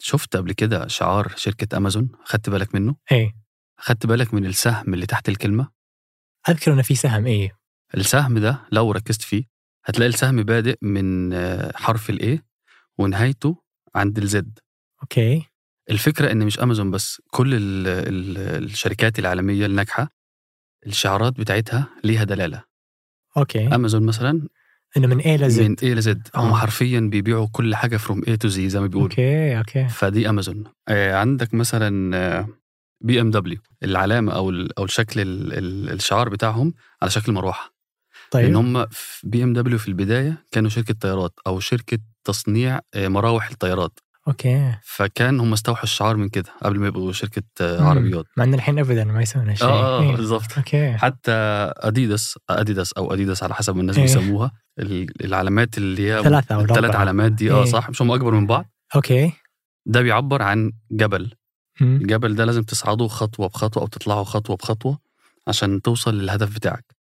شفت قبل كده شعار شركة أمازون؟ خدت بالك منه؟ إيه، خدت بالك من السهم اللي تحت الكلمة؟ أذكر إنه في سهم. إيه، السهم ده لو ركزت فيه هتلاقي السهم بادئ من حرف ال A ونهايته عند ال Z. أوكي. الفكرة إن مش أمازون بس، كل الشركات العالمية الناجحة الشعارات بتاعتها ليها دلالة. أوكي. أمازون مثلا إنه من A ل Z. من A ل Z هم حرفيا بيبيعوا كل حاجة from A to Z زي ما بيقولوا. أوكي. فدي أمازون. عندك مثلا BMW العلامة أو الشكل الشعار بتاعهم على شكل مروحة. طيب. لأن هم في BMW في البداية كانوا شركة طيارات أو شركة تصنيع مراوح الطيارات. أوكي. فكان هم استوحوا الشعار من كده قبل ما يبقوا شركة عربيات. مع أن الحين أبدا ما يسوون هالشيء. بالضبط. أوكي. حتى أديداس أو أديداس على حسب الناس بيسموها. العلامات اللي هي 3 أو 4 الثلاث علامات دي صح، مش هم أكبر من بعض. أوكي. ده بيعبر عن جبل. الجبل ده لازم تصعده خطوة بخطوة أو تطلعه خطوة بخطوة عشان توصل للهدف بتاعك.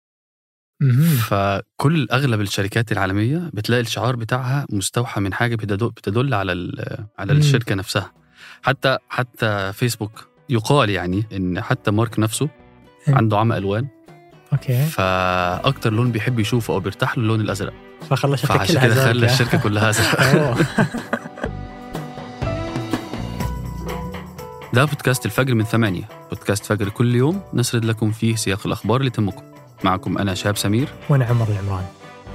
فكل أغلب الشركات العالمية بتلاقي الشعار بتاعها مستوحى من حاجة بتدل على الشركة نفسها. حتى فيسبوك يقال يعني إن حتى مارك نفسه عنده عمى ألوان. أوكي. فأكتر لون بيحب يشوفه أو بيرتاح له اللون الأزرق، فعشان كده خلى الشركة كلها أزرق. ده بودكاست الفجر من 8. بودكاست فجر كل يوم نسرد لكم فيه سياق الأخبار اللي تهمكم. معكم أنا شهاب سمير وأنا عمر العمران.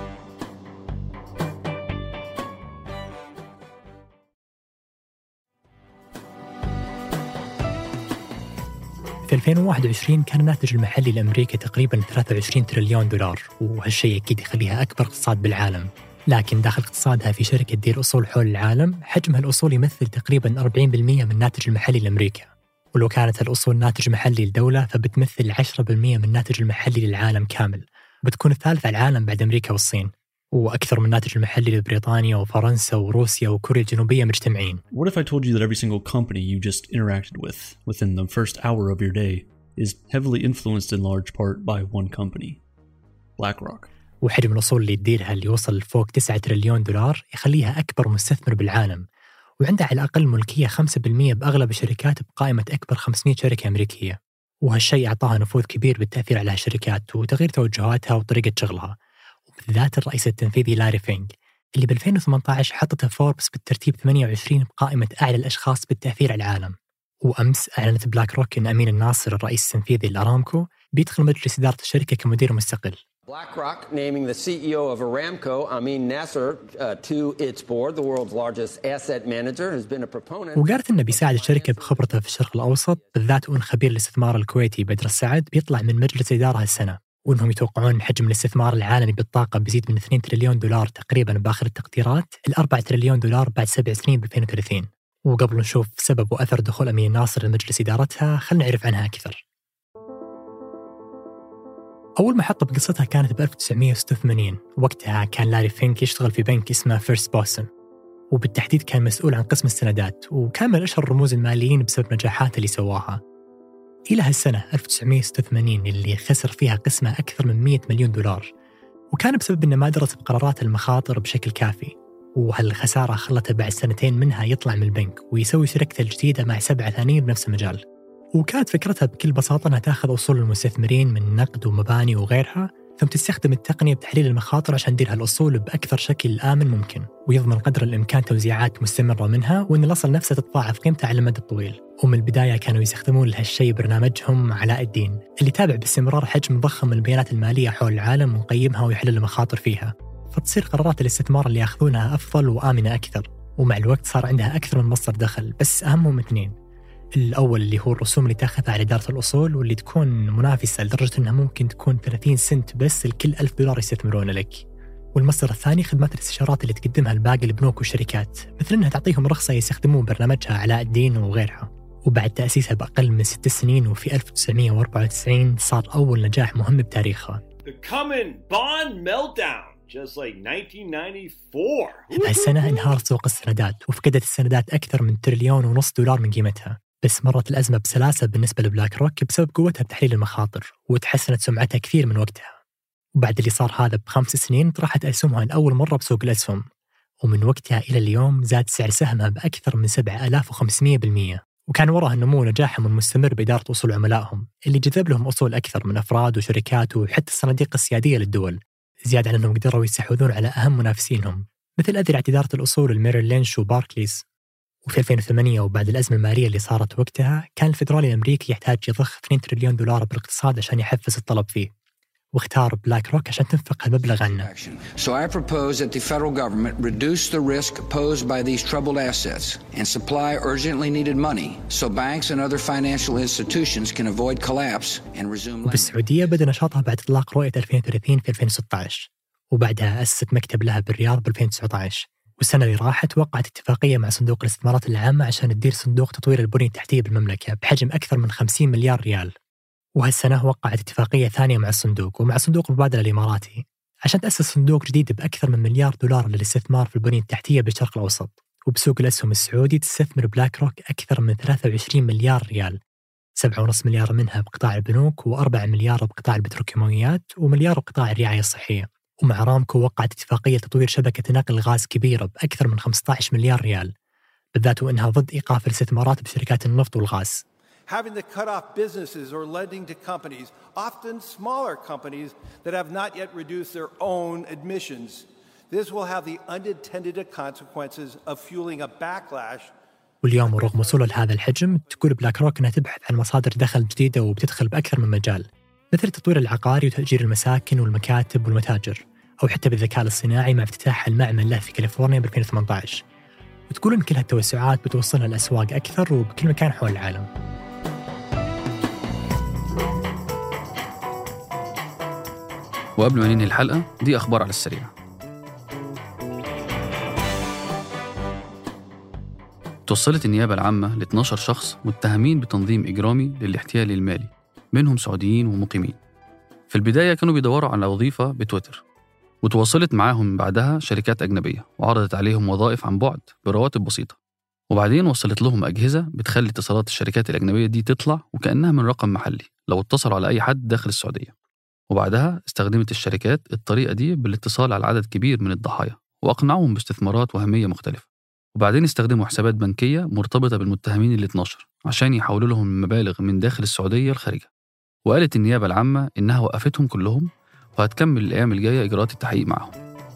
في 2021 كان الناتج المحلي الأمريكي تقريباً 23 تريليون دولار، وهالشيء أكيد يخليها أكبر اقتصاد بالعالم. لكن داخل اقتصادها في شركة تدير أصول حول العالم، حجمها الأصول يمثل تقريباً 40% من الناتج المحلي لأمريكا. ولو كانت الأصول ناتج محلي للدولة فبتمثل 10% من الناتج المحلي للعالم كامل، بتكون الثالثة على العالم بعد أمريكا والصين، وأكثر من الناتج المحلي لبريطانيا وفرنسا وروسيا وكوريا الجنوبية مجتمعين. What if I told you that every single company you just interacted with within the first hour of your day is heavily influenced in large part by one company, BlackRock. وحجم الأصول اللي تديرها اللي وصل فوق 9 تريليون دولار يخليها أكبر مستثمر بالعالم، وعندها على الأقل ملكية 5% بأغلب الشركات بقائمة أكبر 500 شركة أمريكية. وهالشيء أعطاها نفوذ كبير بالتأثير على هالشركات وتغيير توجهاتها وطريقة شغلها، وبالذات الرئيس التنفيذي لاري فينج اللي ب2018 حطته فوربس بالترتيب 28 بقائمة أعلى الأشخاص بالتأثير على العالم. وأمس أعلنت بلاك روك إن أمين الناصر الرئيس التنفيذي لأرامكو بيدخل مجلس إدارة الشركة كمدير مستقل. BlackRock naming the CEO of Aramco, Amin Nasser, to its board, the world's largest asset manager, has been a proponent. وقالت إنه بيساعد الشركة بخبرته في الشرق الأوسط، بالذات وإن خبير الاستثمار الكويتي بدر السعد بيطلع من مجلس إدارة هالسنة، وإنهم يتوقعون حجم الاستثمار العالمي بالطاقة بيزيد من 2 تريليون دولار تقريباً بآخر التقديرات ل 4 تريليون دولار بعد 7 سنين ب 2030. وقبل نشوف سبب وأثر دخول أمين ناصر لمجلس إدارتها، خلنا نعرف عنها أكثر. أول محطة بقصتها كانت ب 1986. وقتها كان لاري فينك يشتغل في بنك اسمه فيرست بوسton، وبالتحديد كان مسؤول عن قسم السندات، وكان من أشهر الرموز الماليين بسبب نجاحاته اللي سواها. إلى هالسنة 1986 اللي خسر فيها قسمه أكثر من 100 مليون دولار، وكان بسبب إنه ما درس بقرارات المخاطر بشكل كافي. وهالخسارة خلته بعد 2 سنين منها يطلع من البنك ويسوي شركته الجديدة مع 7 ثانيين بنفس المجال. وكانت فكرتها بكل بساطة أنها تأخذ أصول المستثمرين من نقد ومباني وغيرها، ثم تستخدم التقنية بتحليل المخاطر عشان تدير هالأصول بأكثر شكل آمن ممكن، ويضمن قدر الإمكان توزيعات مستمرة منها، وأن الأصل نفسه تتضاعف قيمته على المدى الطويل. ومن البداية كانوا يستخدمون لهالشيء برنامجهم علاء الدين، اللي تابع باستمرار حجم ضخم من البيانات المالية حول العالم ويقيمها ويحلل المخاطر فيها، فتصير قرارات الاستثمار اللي يأخذونها أفضل وآمنة أكثر. ومع الوقت صار عندها أكثر من مصدر دخل، بس أهمهم 2. الأول اللي هو الرسوم اللي تأخذها على إدارة الأصول، واللي تكون منافسة لدرجة أنها ممكن تكون 30 سنت بس لكل 1000 دولار يستثمرون لك. والمصدر الثاني خدمات الاستشارات اللي تقدمها الباقي البنوك والشركات، مثل أنها تعطيهم رخصة يستخدمون برنامجها علاء الدين وغيرها. وبعد تأسيسها بأقل من 6 سنين وفي 1994 صار أول نجاح مهم بتاريخها. Just like 1994. بهالسنة انهار سوق السندات وفقدت السندات أكثر من $1.5 تريليون دولار من قيمتها، بس مرت الأزمة بسلاسة بالنسبة لبلاك روك بسبب قوتها بتحليل المخاطر، وتحسنت سمعتها كثير من وقتها. وبعد اللي صار هذا ب5 سنين طرحت أسهمها لأول مرة بسوق الأسهم، ومن وقتها إلى اليوم زاد سعر سهمها بأكثر من 7500%. وكان وراها النمو نجاحهم المستمر بإدارة أصول عملائهم اللي جذب لهم أصول أكثر من أفراد وشركات وحتى الصناديق السيادية للدول، زيادة على أنهم قدروا يستحوذون على أهم منافسينهم مثل أذرعة إدارة الأصول الميريل لينش وباركليز. وفي 2008 وبعد الأزمة المالية اللي صارت وقتها كان الفيدرالي الأمريكي يحتاج يضخ 2 تريليون دولار بالاقتصاد عشان يحفز الطلب فيه، واختار بلاك روك عشان تنفق هالمبلغ عنه. So I propose that the federal government reduce the risk posed by these troubled assets and supply urgently needed money so banks and other financial institutions can avoid collapse and resume lending. وبالسعودية بدأ نشاطها بعد إطلاق رؤية 2030 في 2016، وبعدها أسست مكتب لها بالرياض ب 2019. والسنة اللي راحت وقعت اتفاقية مع صندوق الاستثمارات العامة عشان تدير صندوق تطوير البنية التحتية بالمملكة بحجم أكثر من 50 مليار ريال. وهالسنة وقعت اتفاقية ثانية مع الصندوق ومع صندوق المبادلة الإماراتي عشان تأسس صندوق جديد بأكثر من مليار دولار للاستثمار في البنية التحتية بالشرق الأوسط. وبسوق الأسهم السعودي تستثمر بلاك روك أكثر من 23 مليار ريال، 7.5 مليار منها بقطاع البنوك و4 مليار بقطاع البتروكيماويات ومليار بقطاع الرعاية الصحية. ومع رامكو وقعت اتفاقية تطوير شبكة نقل غاز كبيرة بأكثر من 15 مليار ريال، بالذات وأنها ضد إيقاف الاستثمارات بشركات النفط والغاز. Having to cut off businesses or lending to companies, often smaller companies that have not yet reduced their own emissions. This will have the unintended consequences of fueling a backlash. واليوم ورغم وصوله لهذا الحجم تقول بلاك روك أنها تبحث عن مصادر دخل جديدة وبتدخل بأكثر من مجال، مثل التطوير العقاري وتأجير المساكن والمكاتب والمتاجر، أو حتى بالذكاء الاصطناعي مع افتتاح المعمل له في كاليفورنيا ب 2018. وتقول إن كل هالتوسعات بتوصلها الأسواق أكثر وبكل مكان حول العالم. وقبل ما ننهي الحلقة دي أخبار على السريع. توصلت النيابة العامة ل 12 شخص متهمين بتنظيم إجرامي للاحتيال المالي، منهم سعوديين ومقيمين. في البداية كانوا بيدوروا على وظيفة بتويتر، وتواصلت معاهم بعدها شركات أجنبية وعرضت عليهم وظائف عن بعد برواتب بسيطة، وبعدين وصلت لهم أجهزة بتخلي اتصالات الشركات الأجنبية دي تطلع وكأنها من رقم محلي لو اتصلوا على أي حد داخل السعودية. وبعدها استخدمت الشركات الطريقة دي بالاتصال على عدد كبير من الضحايا وأقنعوهم باستثمارات وهمية مختلفة. وبعدين استخدموا حسابات بنكية مرتبطة بالمتهمين 12 عشان يحولوا لهم المبالغ من داخل السعودية الخارجة. وقالت النيابة العامة إنها وقفتهم كلهم وهتكمل الأيام الجاية إجراءات التحقيق معهم.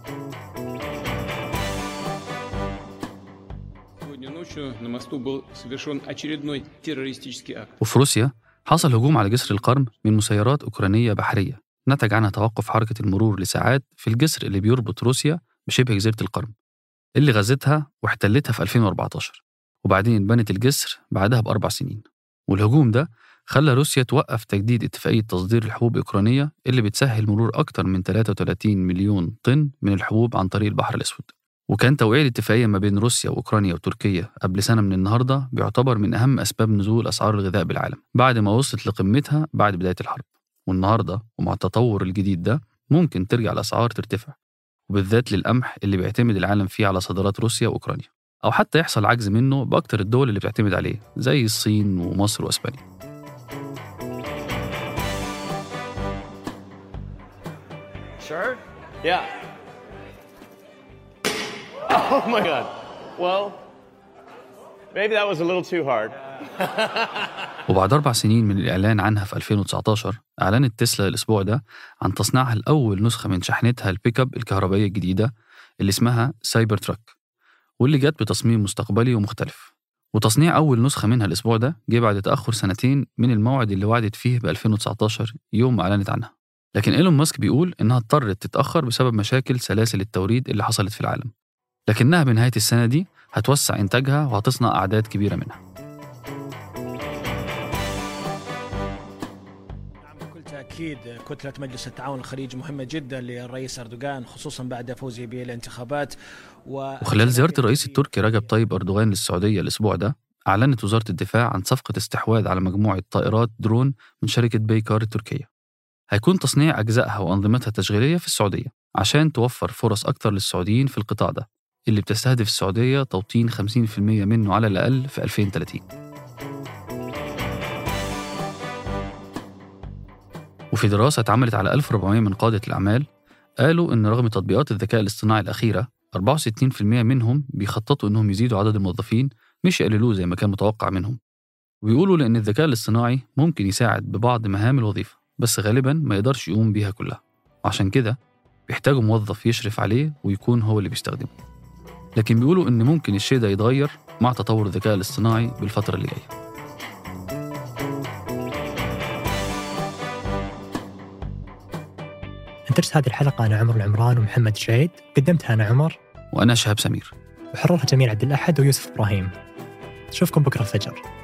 وفي روسيا حصل هجوم على جسر القرم من مسيرات أوكرانية بحرية، نتج عنها توقف حركة المرور لساعات في الجسر اللي بيربط روسيا بشبه جزيرة القرم اللي غزتها واحتلتها في 2014، وبعدين بنت الجسر بعدها ب4 سنين. والهجوم ده خلى روسيا توقف تجديد اتفاقية تصدير الحبوب الأوكرانية اللي بتسهل مرور أكتر من 33 مليون طن من الحبوب عن طريق البحر الأسود. وكان توقيع الاتفاقية ما بين روسيا وأوكرانيا وتركيا قبل سنة من النهاردة بيعتبر من أهم أسباب نزول أسعار الغذاء بالعالم بعد ما وصلت لقمتها بعد بداية الحرب. والنهاردة ومع التطور الجديد ده ممكن ترجع الأسعار ترتفع، وبالذات للقمح اللي بيعتمد العالم فيه على صادرات روسيا وأوكرانيا، أو حتى يحصل عجز منه بأكتر الدول اللي بتعتمد عليه زي الصين ومصر وأسبانيا. Sure? Yeah. Oh my God. Well, maybe that was a little too hard. وبعد 4 سنين من الإعلان عنها في 2019 أعلنت تسلا الأسبوع ده عن تصنيعها الأول نسخة من شاحنتها البيك اب الكهربائية الجديدة اللي اسمها سايبر تراك، واللي جت بتصميم مستقبلي ومختلف. وتصنيع أول نسخة منها الأسبوع ده جه بعد تأخر 2 سنين من الموعد اللي وعدت فيه ب 2019 يوم ما أعلنت عنها. لكن إيلون ماسك بيقول إنها اضطرت تتأخر بسبب مشاكل سلاسل التوريد اللي حصلت في العالم، لكنها بنهاية السنة دي هتوسع إنتاجها وهتصنع أعداد كبيرة منها. بكل تأكيد كتلة مجلس التعاون الخليجي مهمة جدا للرئيس أردوغان خصوصا بعد فوزه بالانتخابات. وخلال زيارة الرئيس التركي رجب طيب أردوغان للسعودية الأسبوع ده أعلنت وزارة الدفاع عن صفقة استحواذ على مجموعة طائرات درون من شركة بيكار التركية. هيكون تصنيع أجزائها وأنظمتها التشغيلية في السعودية عشان توفر فرص أكتر للسعوديين في القطاع ده اللي بتستهدف السعودية توطين 50% منه على الأقل في 2030. وفي دراسة اتعملت على 1400 من قادة الأعمال قالوا إن رغم تطبيقات الذكاء الاصطناعي الأخيرة 64% منهم بيخططوا إنهم يزيدوا عدد الموظفين مش يقللوه زي ما كان متوقع منهم. وبيقولوا لأن الذكاء الاصطناعي ممكن يساعد ببعض مهام الوظيفة بس غالباً ما يقدرش يقوم بيها كلها، وعشان كده بيحتاجوا موظف يشرف عليه ويكون هو اللي بيستخدمه. لكن بيقولوا إن ممكن الشيء ده يتغير مع تطور الذكاء الاصطناعي بالفترة اللي جاية. أنتجت هذه الحلقة أنا عمر العمران ومحمد شعيد، قدمتها أنا عمر وأنا شهاب سمير، وحررها جميل عبد الأحد ويوسف إبراهيم. نشوفكم بكرة الفجر.